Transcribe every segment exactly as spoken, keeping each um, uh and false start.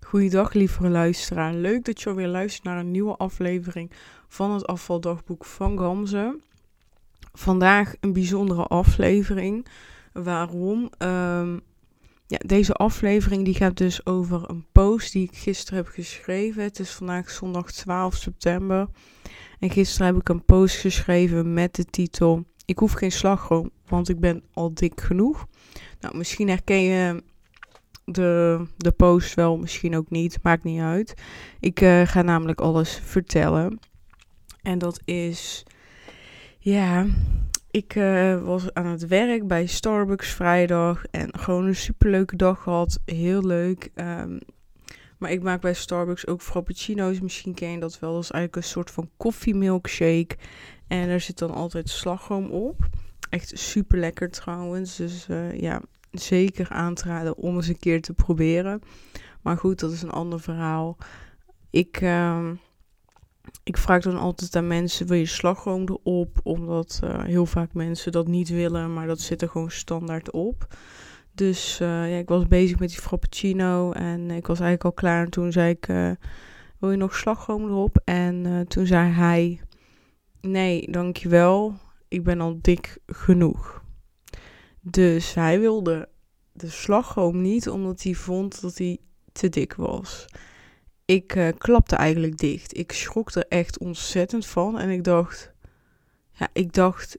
Goeiedag, lieve luisteraar. Leuk dat je alweer luistert naar een nieuwe aflevering van het afvaldagboek van Gamze. Vandaag een bijzondere aflevering. Waarom? Um, ja, deze aflevering die gaat dus over een post die ik gisteren heb geschreven. Het is vandaag zondag twaalf september. En gisteren heb ik een post geschreven met de titel: Ik hoef geen slagroom, want ik ben al dik genoeg. Nou, misschien herken je de, de post wel, misschien ook niet. Maakt niet uit. Ik uh, ga namelijk alles vertellen. En dat is... Ja... Ik uh, was aan het werk bij Starbucks vrijdag en gewoon een superleuke dag gehad. Heel leuk. Um, maar ik maak bij Starbucks ook frappuccino's. Misschien ken je dat wel. Dat is eigenlijk een soort van koffiemilkshake. En er zit dan altijd slagroom op. Echt super lekker trouwens. Dus uh, ja, zeker aan te raden om eens een keer te proberen. Maar goed, dat is een ander verhaal. Ik... Uh, Ik vraag dan altijd aan mensen, wil je slagroom erop? Omdat uh, heel vaak mensen dat niet willen, maar dat zit er gewoon standaard op. Dus uh, ja, ik was bezig met die frappuccino en ik was eigenlijk al klaar. En toen zei ik, uh, wil je nog slagroom erop? En uh, toen zei hij, nee, dankjewel, ik ben al dik genoeg. Dus hij wilde de slagroom niet, omdat hij vond dat hij te dik was. Ik uh, klapte eigenlijk dicht. Ik schrok er echt ontzettend van. En ik dacht... Ja, ik dacht...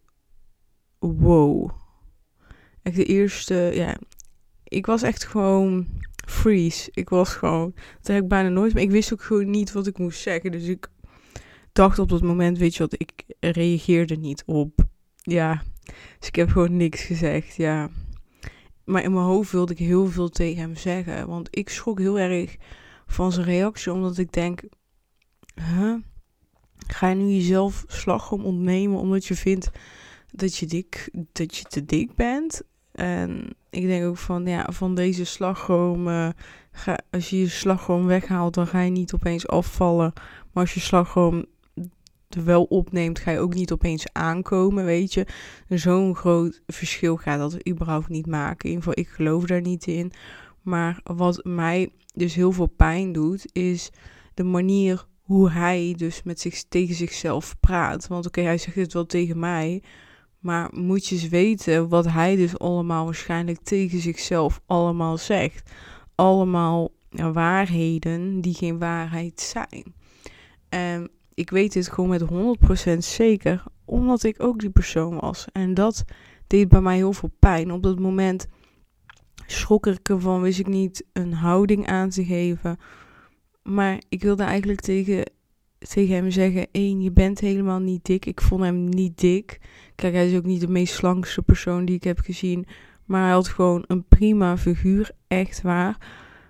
Wow. Echt de eerste... Ja, ik was echt gewoon... Freeze. Ik was gewoon... Dat heb ik bijna nooit... Maar ik wist ook gewoon niet wat ik moest zeggen. Dus ik dacht op dat moment... Weet je wat? Ik reageerde niet op. Ja. Dus ik heb gewoon niks gezegd. Ja. Maar in mijn hoofd wilde ik heel veel tegen hem zeggen. Want ik schrok heel erg... van zijn reactie, omdat ik denk, huh? Ga je nu jezelf slagroom ontnemen omdat je vindt dat je dik, dat je te dik bent? En ik denk ook van, ja, van deze slagroom, uh, ga, als je je slagroom weghaalt, dan ga je niet opeens afvallen. Maar als je slagroom er wel opneemt, ga je ook niet opeens aankomen, weet je. Zo'n groot verschil gaat dat überhaupt niet maken. In ieder geval, ik geloof daar niet in. Maar wat mij dus heel veel pijn doet, is de manier hoe hij dus met zich, tegen zichzelf praat. Want oké, okay, hij zegt het wel tegen mij, maar moet je eens weten wat hij dus allemaal waarschijnlijk tegen zichzelf allemaal zegt. Allemaal ja, waarheden die geen waarheid zijn. En ik weet dit gewoon met honderd procent zeker, omdat ik ook die persoon was. En dat deed bij mij heel veel pijn. Op dat moment schrok ik ervan, wist ik niet een houding aan te geven. Maar ik wilde eigenlijk tegen, tegen hem zeggen, één, je bent helemaal niet dik. Ik vond hem niet dik. Kijk, hij is ook niet de meest slankste persoon die ik heb gezien. Maar hij had gewoon een prima figuur, echt waar.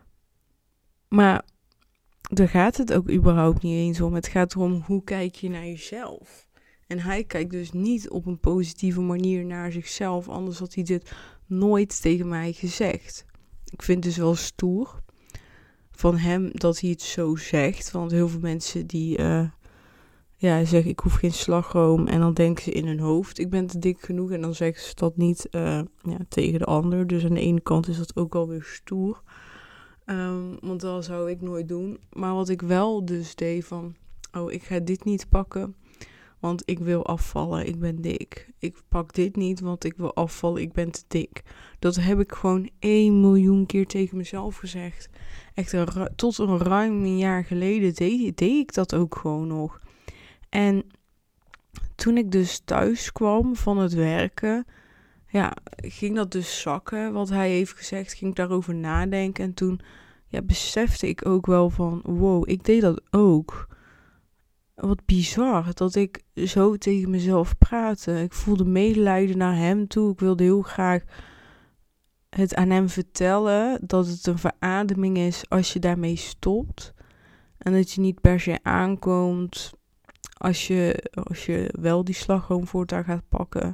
Maar daar gaat het ook überhaupt niet eens om. Het gaat erom, hoe kijk je naar jezelf? En hij kijkt dus niet op een positieve manier naar zichzelf. Anders had hij dit nooit tegen mij gezegd. Ik vind het dus wel stoer van hem dat hij het zo zegt. Want heel veel mensen die uh, ja, zeggen, ik hoef geen slagroom. En dan denken ze in hun hoofd, ik ben te dik genoeg. En dan zeggen ze dat niet uh, ja, tegen de ander. Dus aan de ene kant is dat ook alweer stoer. Um, want dat zou ik nooit doen. Maar wat ik wel dus deed van, oh, ik ga dit niet pakken. Want ik wil afvallen, ik ben dik. Ik pak dit niet, want ik wil afvallen, ik ben te dik. Dat heb ik gewoon één miljoen keer tegen mezelf gezegd. Echt een ru- tot een ruim een jaar geleden deed, deed ik dat ook gewoon nog. En toen ik dus thuis kwam van het werken, ja, ging dat dus zakken. Wat hij heeft gezegd, ging ik daarover nadenken. En toen ja, besefte ik ook wel van, wow, ik deed dat ook. Wat bizar, dat ik zo tegen mezelf praatte. Ik voelde medelijden naar hem toe. Ik wilde heel graag het aan hem vertellen dat het een verademing is als je daarmee stopt. En dat je niet per se aankomt als je, als je wel die slagroom voortaan gaat pakken.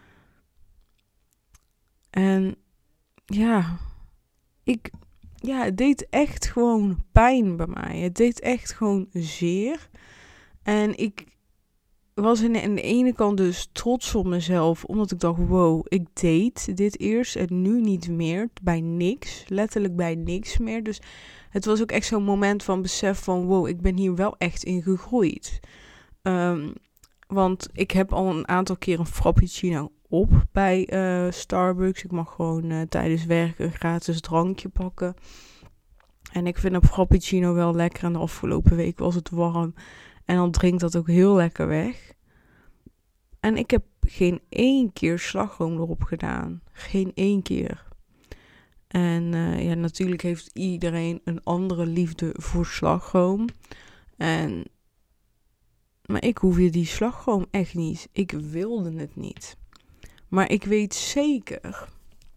En ja, ik, ja, het deed echt gewoon pijn bij mij. Het deed echt gewoon zeer. En ik was aan de ene kant dus trots op mezelf, omdat ik dacht, wow, ik deed dit eerst en nu niet meer, bij niks, letterlijk bij niks meer. Dus het was ook echt zo'n moment van besef van, wow, ik ben hier wel echt in gegroeid. Um, want ik heb al een aantal keer een frappuccino op bij uh, Starbucks. Ik mag gewoon uh, tijdens werk een gratis drankje pakken. En ik vind een frappuccino wel lekker. En de afgelopen week was het warm. En dan drinkt dat ook heel lekker weg. En ik heb geen één keer slagroom erop gedaan. Geen één keer. En uh, ja, natuurlijk heeft iedereen een andere liefde voor slagroom. En, maar ik hoefde die slagroom echt niet. Ik wilde het niet. Maar ik weet zeker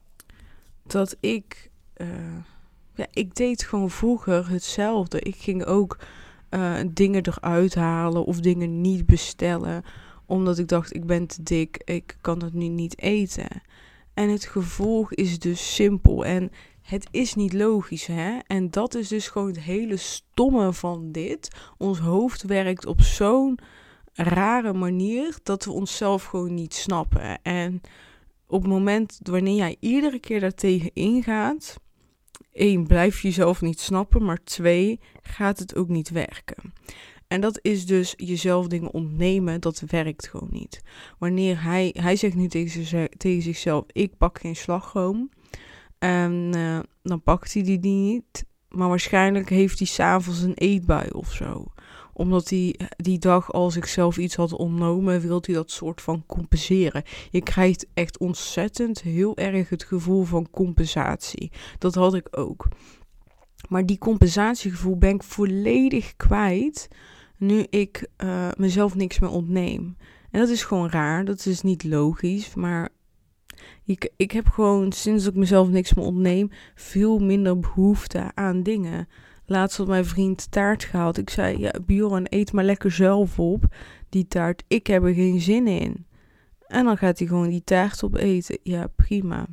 dat ik... Uh, ja, ik deed gewoon vroeger hetzelfde. Ik ging ook uh, dingen eruit halen of dingen niet bestellen. Omdat ik dacht, ik ben te dik, ik kan het nu niet eten. En het gevolg is dus simpel. En het is niet logisch, hè? En dat is dus gewoon het hele stomme van dit. Ons hoofd werkt op zo'n rare manier dat we onszelf gewoon niet snappen. En op het moment wanneer jij iedere keer daartegen ingaat... één, blijf je jezelf niet snappen, maar twee, gaat het ook niet werken. En dat is dus jezelf dingen ontnemen, dat werkt gewoon niet. Wanneer hij, hij zegt nu tegen, zich, tegen zichzelf, ik pak geen slagroom. En uh, dan pakt hij die niet. Maar waarschijnlijk heeft hij 's avonds een eetbui of zo. Omdat hij die dag al zichzelf iets had ontnomen, wil hij dat soort van compenseren. Je krijgt echt ontzettend heel erg het gevoel van compensatie. Dat had ik ook. Maar die compensatiegevoel ben ik volledig kwijt nu ik uh, mezelf niks meer ontneem. En dat is gewoon raar, dat is niet logisch, maar ik, ik heb gewoon sinds ik mezelf niks meer ontneem veel minder behoefte aan dingen. Laatst had mijn vriend taart gehaald. Ik zei, ja, Bjorn, eet maar lekker zelf op, die taart. Ik heb er geen zin in. En dan gaat hij gewoon die taart opeten. Ja, prima.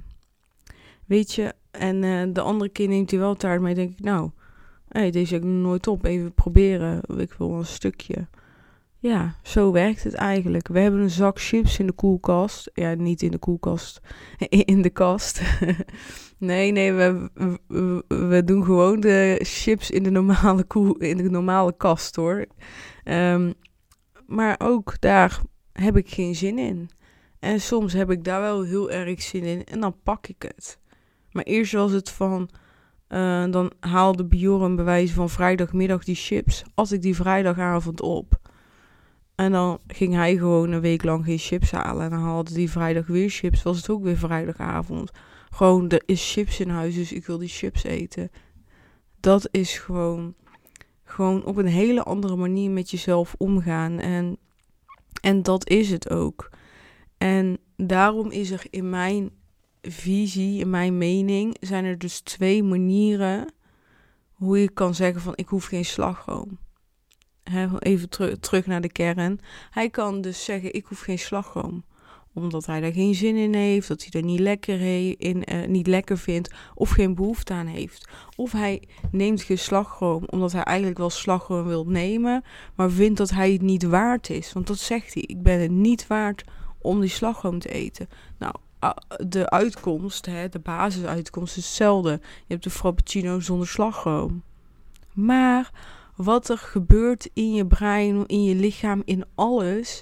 Weet je, en uh, de andere keer neemt hij wel taart, maar denk ik, nou, hey, deze heb ik nog nooit op. Even proberen. Ik wil een stukje. Ja, zo werkt het eigenlijk. We hebben een zak chips in de koelkast. Ja, niet in de koelkast. In de kast. Nee, nee, we, we, we doen gewoon de chips in de normale, koel, in de normale kast, hoor. Um, maar ook daar heb ik geen zin in. En soms heb ik daar wel heel erg zin in. En dan pak ik het. Maar eerst was het van... Uh, dan haalde Bjorn bij wijze van vrijdagmiddag die chips. At ik die vrijdagavond op. En dan ging hij gewoon een week lang geen chips halen. En dan haalde die vrijdag weer chips. Was het ook weer vrijdagavond. Gewoon, er is chips in huis, dus ik wil die chips eten. Dat is gewoon... Gewoon op een hele andere manier met jezelf omgaan. En, en dat is het ook. En daarom is er in mijn visie, in mijn mening... zijn er dus twee manieren... hoe je kan zeggen van, ik hoef geen slagroom. He, even teru- terug naar de kern. Hij kan dus zeggen, ik hoef geen slagroom. Omdat hij daar geen zin in heeft. Dat hij er niet lekker, he- in, uh, niet lekker vindt. Of geen behoefte aan heeft. Of hij neemt geen slagroom. Omdat hij eigenlijk wel slagroom wil nemen. Maar vindt dat hij het niet waard is. Want dat zegt hij. Ik ben het niet waard om die slagroom te eten. Nou, uh, de uitkomst, he, de basisuitkomst is hetzelfde. Je hebt de frappuccino zonder slagroom. Maar... wat er gebeurt in je brein, in je lichaam, in alles,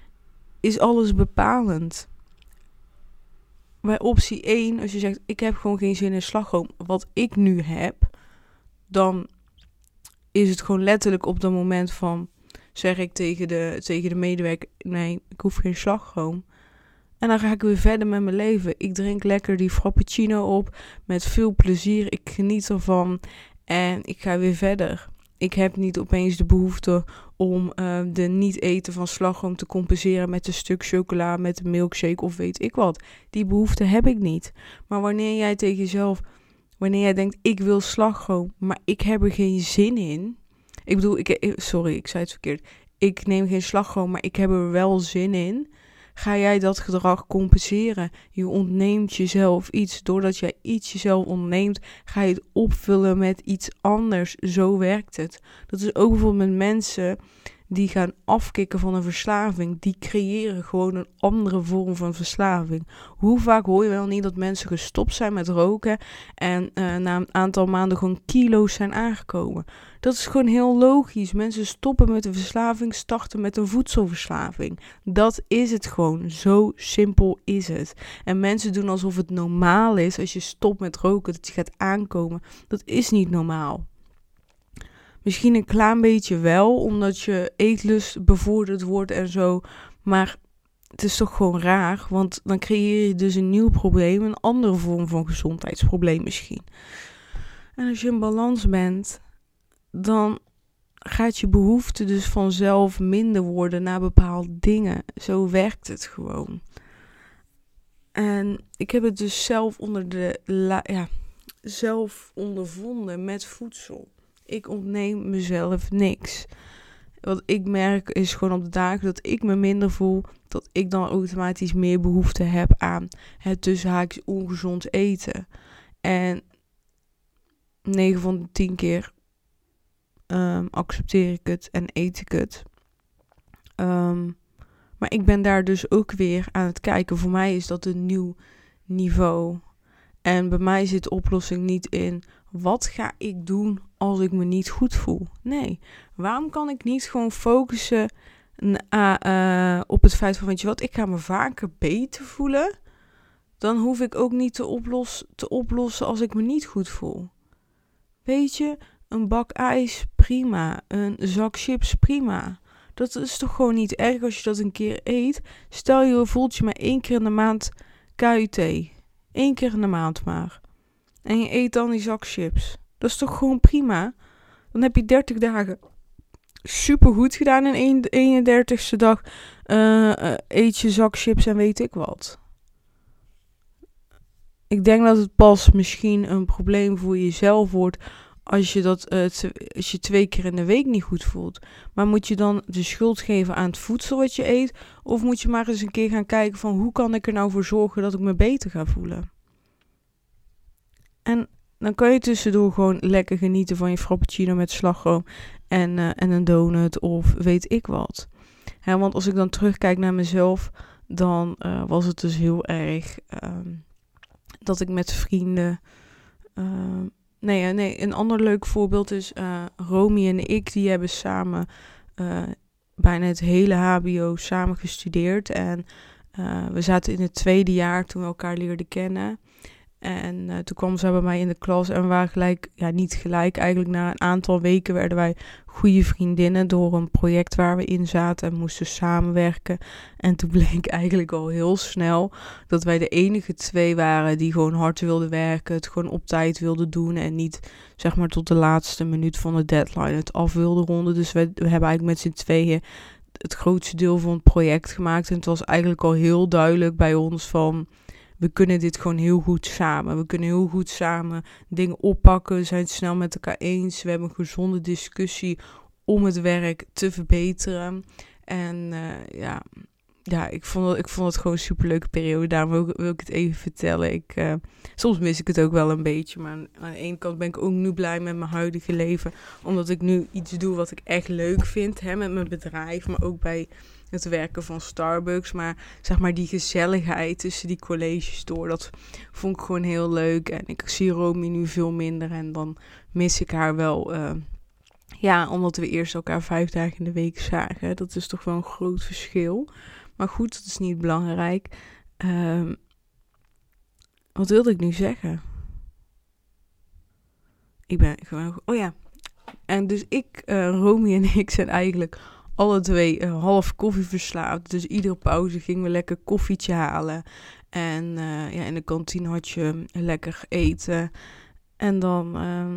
is alles bepalend. Bij optie één, als je zegt, ik heb gewoon geen zin in slagroom, wat ik nu heb, dan is het gewoon letterlijk op dat moment van, zeg ik tegen de, tegen de medewerker, nee, ik hoef geen slagroom. En dan ga ik weer verder met mijn leven. Ik drink lekker die frappuccino op, met veel plezier, ik geniet ervan en ik ga weer verder. Ik heb niet opeens de behoefte om uh, de niet eten van slagroom te compenseren met een stuk chocola, met een milkshake of weet ik wat. Die behoefte heb ik niet. Maar wanneer jij tegen jezelf, wanneer jij denkt, ik wil slagroom, maar ik heb er geen zin in. Ik bedoel, ik, sorry, ik zei het verkeerd. Ik neem geen slagroom, maar ik heb er wel zin in. Ga jij dat gedrag compenseren? Je ontneemt jezelf iets. Doordat jij iets jezelf ontneemt, ga je het opvullen met iets anders. Zo werkt het. Dat is ook bijvoorbeeld met mensen die gaan afkicken van een verslaving, die creëren gewoon een andere vorm van verslaving. Hoe vaak hoor je wel niet dat mensen gestopt zijn met roken en uh, na een aantal maanden gewoon kilo's zijn aangekomen. Dat is gewoon heel logisch. Mensen stoppen met een verslaving, starten met een voedselverslaving. Dat is het gewoon. Zo simpel is het. En mensen doen alsof het normaal is als je stopt met roken, dat je gaat aankomen. Dat is niet normaal. Misschien een klein beetje wel, omdat je eetlust bevorderd wordt en zo. Maar het is toch gewoon raar, want dan creëer je dus een nieuw probleem, een andere vorm van gezondheidsprobleem misschien. En als je in balans bent, dan gaat je behoefte dus vanzelf minder worden naar bepaalde dingen. Zo werkt het gewoon. En ik heb het dus zelf onder de la- ja, zelf ondervonden met voedsel. Ik ontneem mezelf niks. Wat ik merk is gewoon op de dagen dat ik me minder voel, dat ik dan automatisch meer behoefte heb aan het tussen haakjes ongezond eten. En negen van de tien keer um, accepteer ik het en eet ik het. Um, maar ik ben daar dus ook weer aan het kijken. Voor mij is dat een nieuw niveau. En bij mij zit de oplossing niet in, wat ga ik doen als ik me niet goed voel? Nee, waarom kan ik niet gewoon focussen uh, uh, op het feit van, weet je wat, ik ga me vaker beter voelen. Dan hoef ik ook niet te, oplos- te oplossen als ik me niet goed voel. Weet je, een bak ijs, prima. Een zak chips, prima. Dat is toch gewoon niet erg als je dat een keer eet. Stel je voelt je maar één keer in de maand K U T. Eén keer in de maand maar. En je eet dan die zak chips. Dat is toch gewoon prima? Dan heb je dertig dagen super goed gedaan. En de eenendertigste dag uh, uh, eet je zak chips en weet ik wat. Ik denk dat het pas misschien een probleem voor jezelf wordt als je dat uh, te, als je twee keer in de week niet goed voelt. Maar moet je dan de schuld geven aan het voedsel wat je eet? Of moet je maar eens een keer gaan kijken van, hoe kan ik er nou voor zorgen dat ik me beter ga voelen? En dan kan je tussendoor gewoon lekker genieten van je frappuccino met slagroom en, uh, en een donut of weet ik wat. He, want als ik dan terugkijk naar mezelf, dan uh, was het dus heel erg um, dat ik met vrienden... Uh, nee, nee, een ander leuk voorbeeld is uh, Romy en ik, die hebben samen uh, bijna het hele H B O samen gestudeerd. En uh, we zaten in het tweede jaar toen we elkaar leerden kennen. En uh, toen kwam ze bij mij in de klas en we waren gelijk, ja niet gelijk, eigenlijk na een aantal weken werden wij goede vriendinnen door een project waar we in zaten en moesten samenwerken. En toen bleek eigenlijk al heel snel dat wij de enige twee waren die gewoon hard wilden werken, het gewoon op tijd wilden doen en niet zeg maar tot de laatste minuut van de deadline het af wilden ronden. Dus we, we hebben eigenlijk met z'n tweeën het grootste deel van het project gemaakt en het was eigenlijk al heel duidelijk bij ons van, we kunnen dit gewoon heel goed samen. We kunnen heel goed samen dingen oppakken. We zijn het snel met elkaar eens. We hebben een gezonde discussie om het werk te verbeteren. En uh, ja, ja ik, vond het, ik vond het gewoon een superleuke periode. Daarom wil ik, wil ik het even vertellen. Ik, uh, soms mis ik het ook wel een beetje. Maar aan, aan de ene kant ben ik ook nu blij met mijn huidige leven. Omdat ik nu iets doe wat ik echt leuk vind. Hè, met mijn bedrijf, maar ook bij het werken van Starbucks, maar zeg maar die gezelligheid tussen die colleges door, dat vond ik gewoon heel leuk. En ik zie Romy nu veel minder en dan mis ik haar wel. Uh, ja, omdat we eerst elkaar vijf dagen in de week zagen. Dat is toch wel een groot verschil. Maar goed, dat is niet belangrijk. Uh, wat wilde ik nu zeggen? Ik ben gewoon... Oh ja. En dus ik, uh, Romy en ik zijn eigenlijk alle twee uh, half koffie verslaafd. Dus iedere pauze gingen we lekker koffietje halen. En uh, ja, in de kantine had je lekker eten. En dan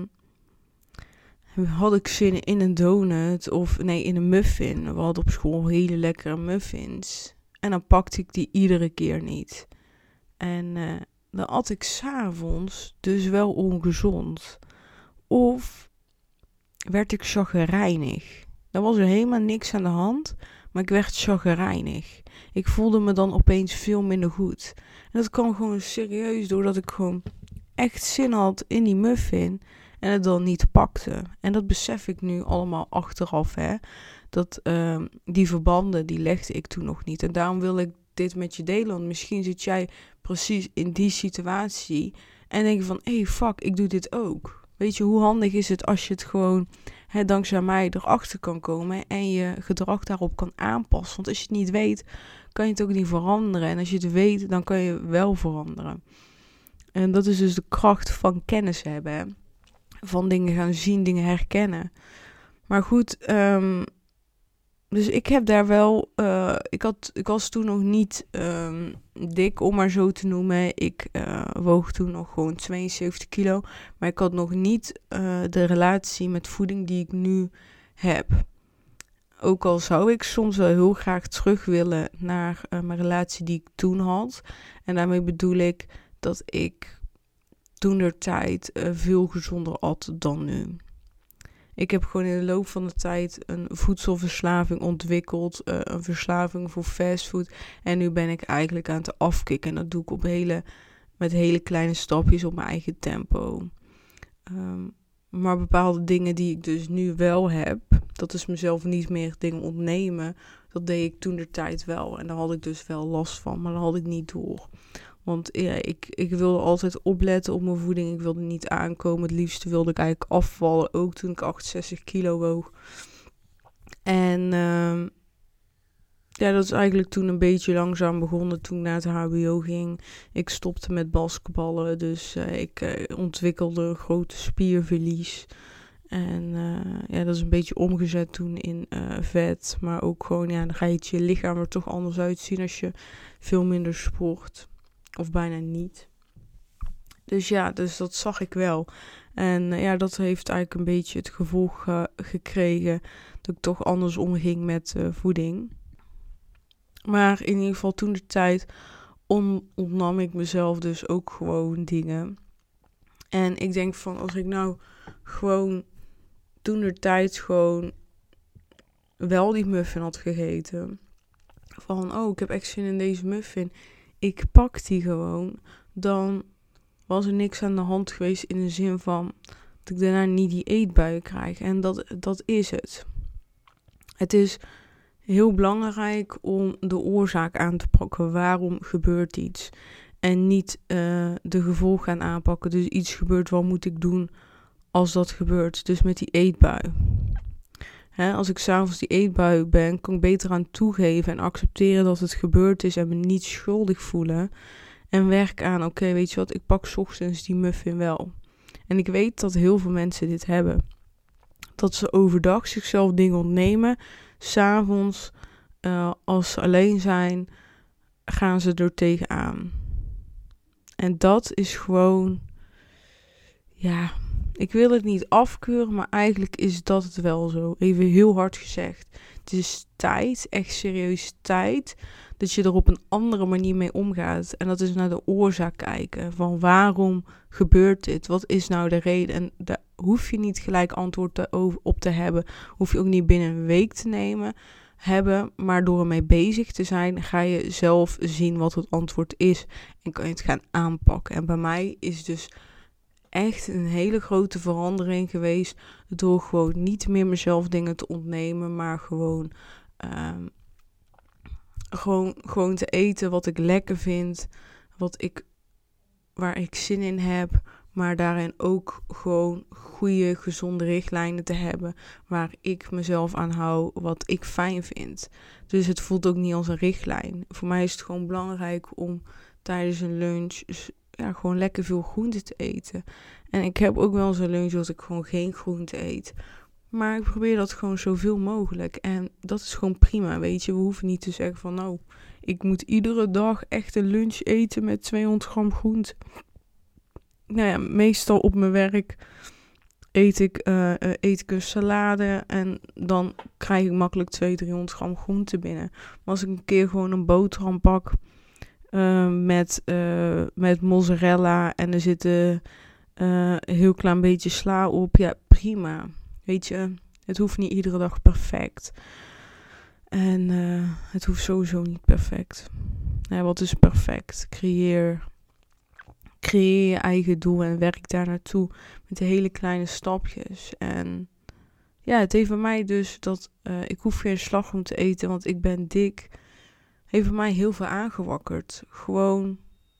uh, had ik zin in een donut of nee, in een muffin. We hadden op school hele lekkere muffins. En dan pakte ik die iedere keer niet. En uh, dan at ik 's avonds dus wel ongezond. Of werd ik chagrijnig. Dan was er helemaal niks aan de hand, maar ik werd chagrijnig. Ik voelde me dan opeens veel minder goed. En dat kwam gewoon serieus doordat ik gewoon echt zin had in die muffin. en het dan niet pakte. En dat besef ik nu allemaal achteraf, hè. Dat uh, die verbanden, die legde ik toen nog niet. En daarom wil ik dit met je delen, want misschien zit jij precies in die situatie en denk je van, hé, hey, fuck, ik doe dit ook. Weet je, hoe handig is het als je het gewoon, hè, dankzij mij erachter kan komen en je gedrag daarop kan aanpassen. Want als je het niet weet, kan je het ook niet veranderen. En als je het weet, dan kan je wel veranderen. En dat is dus de kracht van kennis hebben, hè. Van dingen gaan zien, dingen herkennen. Maar goed, um, dus ik heb daar wel, uh, ik, had, ik was toen nog niet um, dik, om maar zo te noemen. Ik uh, woog toen nog gewoon tweeënzeventig kilo. Maar ik had nog niet uh, de relatie met voeding die ik nu heb. Ook al zou ik soms wel heel graag terug willen naar uh, mijn relatie die ik toen had. En daarmee bedoel ik dat ik toentertijd uh, veel gezonder at dan nu. Ik heb gewoon in de loop van de tijd een voedselverslaving ontwikkeld. Uh, een verslaving voor fastfood. En nu ben ik eigenlijk aan het afkicken. En dat doe ik op hele, met hele kleine stapjes op mijn eigen tempo. Um, maar bepaalde dingen die ik dus nu wel heb. Dat is mezelf niet meer dingen ontnemen. Dat deed ik toentertijd wel. En daar had ik dus wel last van. Maar dat had ik niet door. Want ja, ik, ik wilde altijd opletten op mijn voeding. Ik wilde niet aankomen. Het liefste wilde ik eigenlijk afvallen. Ook toen ik achtenzestig kilo woog. En uh, ja, dat is eigenlijk toen een beetje langzaam begonnen. Toen ik naar het H B O ging. Ik stopte met basketballen. Dus uh, ik uh, ontwikkelde een grote spierverlies. En uh, ja, dat is een beetje omgezet toen in uh, vet. Maar ook gewoon, ja, dan ga je het je lichaam er toch anders uitzien als je veel minder sport. Of bijna niet. Dus ja, dus dat zag ik wel. En uh, ja, dat heeft eigenlijk een beetje het gevolg uh, gekregen dat ik toch anders omging met uh, voeding. Maar in ieder geval toen de tijd on- ontnam ik mezelf dus ook gewoon dingen. En ik denk van, als ik nou gewoon toen de tijd gewoon wel die muffin had gegeten. Van, oh, ik heb echt zin in deze muffin. Ik pak die gewoon. Dan was er niks aan de hand geweest in de zin van dat ik daarna niet die eetbuien krijg. En dat, dat is het. Het is heel belangrijk om de oorzaak aan te pakken. Waarom gebeurt iets? En niet uh, de gevolgen gaan aanpakken. Dus iets gebeurt, wat moet ik doen als dat gebeurt? Dus met die eetbui. Hè, als ik s'avonds die eetbui ben, kan ik beter aan toegeven en accepteren dat het gebeurd is en me niet schuldig voelen. En werk aan, oké, okay, weet je wat, ik pak 's ochtends die muffin wel. En ik weet dat heel veel mensen dit hebben. Dat ze overdag zichzelf dingen ontnemen. 's Avonds, uh, als ze alleen zijn, gaan ze er tegenaan. En dat is gewoon, ja, ik wil het niet afkeuren, maar eigenlijk is dat het wel zo. Even heel hard gezegd. Het is tijd, echt serieus tijd, dat je er op een andere manier mee omgaat. En dat is naar de oorzaak kijken. Van waarom gebeurt dit? Wat is nou de reden? En daar hoef je niet gelijk antwoord te, op te hebben. Hoef je ook niet binnen een week te nemen. Hebben, maar door ermee bezig te zijn, ga je zelf zien wat het antwoord is. En kan je het gaan aanpakken. En bij mij is dus echt een hele grote verandering geweest. Door gewoon niet meer mezelf dingen te ontnemen. Maar gewoon, um, gewoon, gewoon te eten wat ik lekker vind. Wat ik, waar ik zin in heb. Maar daarin ook gewoon goede, gezonde richtlijnen te hebben. Waar ik mezelf aan hou, wat ik fijn vind. Dus het voelt ook niet als een richtlijn. Voor mij is het gewoon belangrijk om tijdens een lunch ja, gewoon lekker veel groente te eten. En ik heb ook wel eens een lunch dat ik gewoon geen groente eet. Maar ik probeer dat gewoon zoveel mogelijk. En dat is gewoon prima, weet je. We hoeven niet te zeggen van nou, ik moet iedere dag echt een lunch eten met tweehonderd gram groente. Nou ja, meestal op mijn werk eet ik, uh, uh, eet ik een salade en dan krijg ik makkelijk tweehonderd, driehonderd gram groente binnen. Maar als ik een keer gewoon een boterham pak uh, met, uh, met mozzarella en er zit een uh, heel klein beetje sla op, ja prima. Weet je, het hoeft niet iedere dag perfect. En uh, het hoeft sowieso niet perfect. Ja, wat is perfect? Creëer... creëer je eigen doel en werk daar naartoe met de hele kleine stapjes. En ja, het heeft bij mij dus dat uh, ik hoef geen slagroom te eten, want ik ben dik. Heeft bij mij heel veel aangewakkerd. Gewoon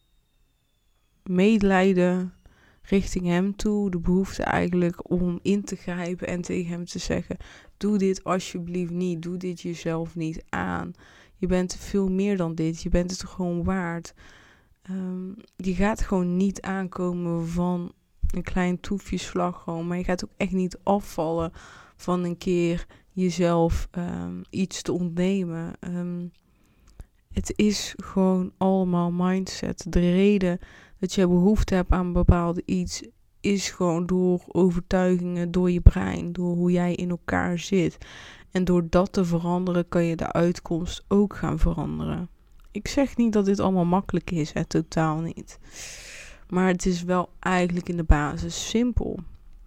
medelijden richting hem toe. De behoefte eigenlijk om in te grijpen en tegen hem te zeggen: doe dit alsjeblieft niet. Doe dit jezelf niet aan. Je bent veel meer dan dit. Je bent het gewoon waard. Um, je gaat gewoon niet aankomen van een klein toefje slagroom. Maar je gaat ook echt niet afvallen van een keer jezelf um, iets te ontnemen. Um, het is gewoon allemaal mindset. De reden dat je behoefte hebt aan bepaald iets is gewoon door overtuigingen, door je brein, door hoe jij in elkaar zit. En door dat te veranderen kan je de uitkomst ook gaan veranderen. Ik zeg niet dat dit allemaal makkelijk is, hè, totaal niet. Maar het is wel eigenlijk in de basis simpel.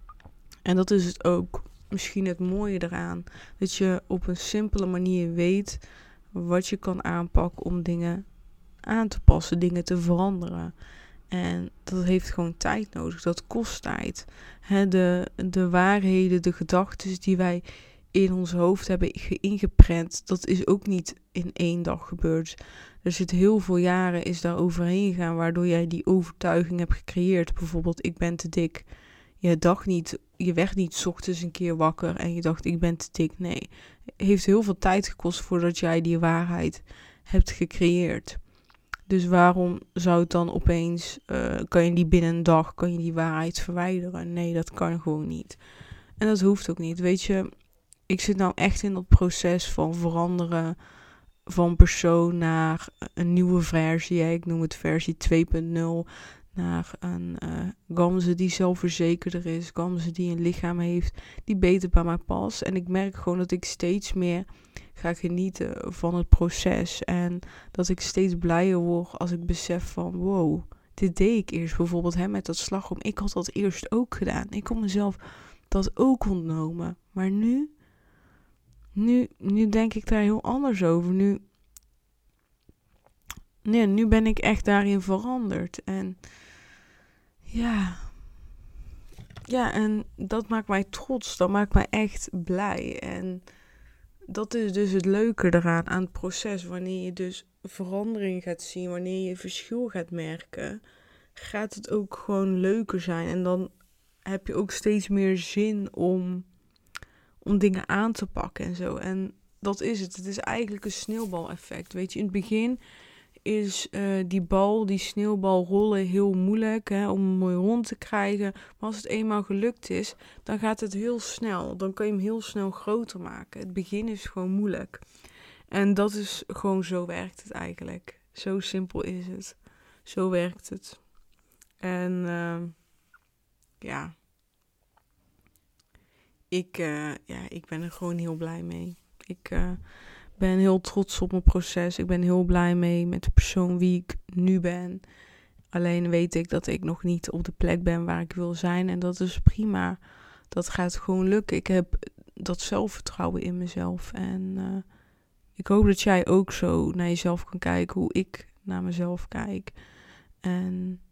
En dat is het ook misschien het mooie eraan. Dat je op een simpele manier weet wat je kan aanpakken om dingen aan te passen, dingen te veranderen. En dat heeft gewoon tijd nodig. Dat kost tijd. He, de, de waarheden, de gedachten die wij in ons hoofd hebben ingeprent, dat is ook niet in één dag gebeurd. Er zit heel veel jaren is daar overheen gegaan, waardoor jij die overtuiging hebt gecreëerd. Bijvoorbeeld, ik ben te dik. Je dacht niet, je werd niet 's ochtends een keer wakker en je dacht, ik ben te dik. Nee, het heeft heel veel tijd gekost voordat jij die waarheid hebt gecreëerd. Dus waarom zou het dan opeens, uh, kan je die binnen een dag, kan je die waarheid verwijderen? Nee, dat kan gewoon niet. En dat hoeft ook niet. Weet je, ik zit nou echt in dat proces van veranderen van persoon naar een nieuwe versie. Ik noem het versie twee punt nul. Naar een uh, Gamze die zelfverzekerder is. Gamze die een lichaam heeft die beter bij mij past. En ik merk gewoon dat ik steeds meer ga genieten van het proces. En dat ik steeds blijer word als ik besef van wow, dit deed ik eerst bijvoorbeeld hè, met dat slagroom. Ik had dat eerst ook gedaan. Ik kon mezelf dat ook ontnomen. Maar nu, nu, nu denk ik daar heel anders over. Nu, nee, nu ben ik echt daarin veranderd. En ja, ja, en dat maakt mij trots. Dat maakt mij echt blij. En dat is dus het leuke eraan, aan het proces. Wanneer je dus verandering gaat zien, wanneer je verschil gaat merken, gaat het ook gewoon leuker zijn. En dan heb je ook steeds meer zin om, om dingen aan te pakken en zo. En dat is het. Het is eigenlijk een sneeuwbaleffect. Weet je, in het begin is uh, die bal, die sneeuwbal rollen heel moeilijk hè, om hem mooi rond te krijgen. Maar als het eenmaal gelukt is, dan gaat het heel snel. Dan kan je hem heel snel groter maken. Het begin is gewoon moeilijk. En dat is gewoon, zo werkt het eigenlijk. Zo simpel is het. Zo werkt het. En uh, ja, ik, uh, ja, ik ben er gewoon heel blij mee. Ik uh, ben heel trots op mijn proces. Ik ben heel blij mee met de persoon wie ik nu ben. Alleen weet ik dat ik nog niet op de plek ben waar ik wil zijn. En dat is prima. Dat gaat gewoon lukken. Ik heb dat zelfvertrouwen in mezelf. En uh, ik hoop dat jij ook zo naar jezelf kan kijken. Hoe ik naar mezelf kijk. En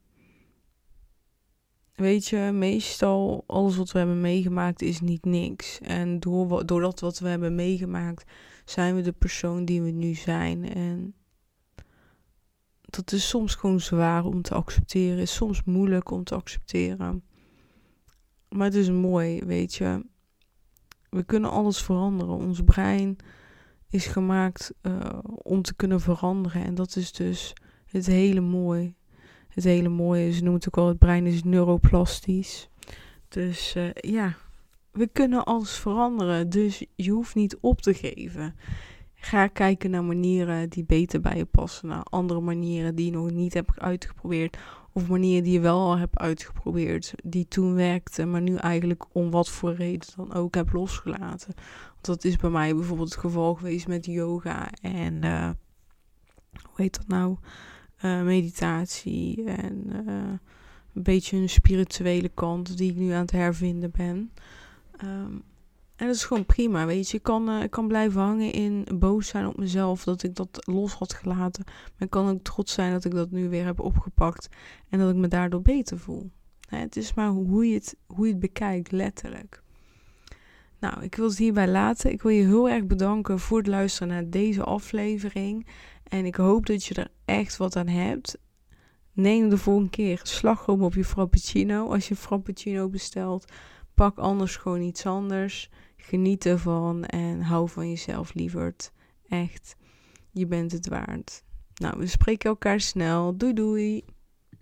weet je, meestal alles wat we hebben meegemaakt is niet niks. En door, door dat wat we hebben meegemaakt zijn we de persoon die we nu zijn. En dat is soms gewoon zwaar om te accepteren. Is soms moeilijk om te accepteren. Maar het is mooi, weet je. We kunnen alles veranderen. Ons brein is gemaakt uh, om te kunnen veranderen. En dat is dus het hele mooie. Het hele mooie, ze noemen het ook al, het brein is neuroplastisch. Dus uh, ja, we kunnen alles veranderen. Dus je hoeft niet op te geven. Ga kijken naar manieren die beter bij je passen. Naar andere manieren die je nog niet hebt uitgeprobeerd. Of manieren die je wel al hebt uitgeprobeerd. Die toen werkten, maar nu eigenlijk om wat voor reden dan ook heb losgelaten. Want dat is bij mij bijvoorbeeld het geval geweest met yoga. En uh, hoe heet dat nou? Uh, meditatie. En uh, een beetje een spirituele kant die ik nu aan het hervinden ben. Um, En dat is gewoon prima, weet je. Ik kan, uh, ik kan blijven hangen in boos zijn op mezelf dat ik dat los had gelaten. Maar ik kan ook trots zijn dat ik dat nu weer heb opgepakt. En dat ik me daardoor beter voel. Hè, het is maar hoe je het, hoe je het bekijkt, letterlijk. Nou, ik wil het hierbij laten. Ik wil je heel erg bedanken voor het luisteren naar deze aflevering. En ik hoop dat je er echt wat aan hebt. Neem de volgende keer slagroom op je frappuccino. Als je frappuccino bestelt, pak anders gewoon iets anders. Geniet ervan en hou van jezelf, lieverd. Echt, je bent het waard. Nou, we spreken elkaar snel. Doei doei!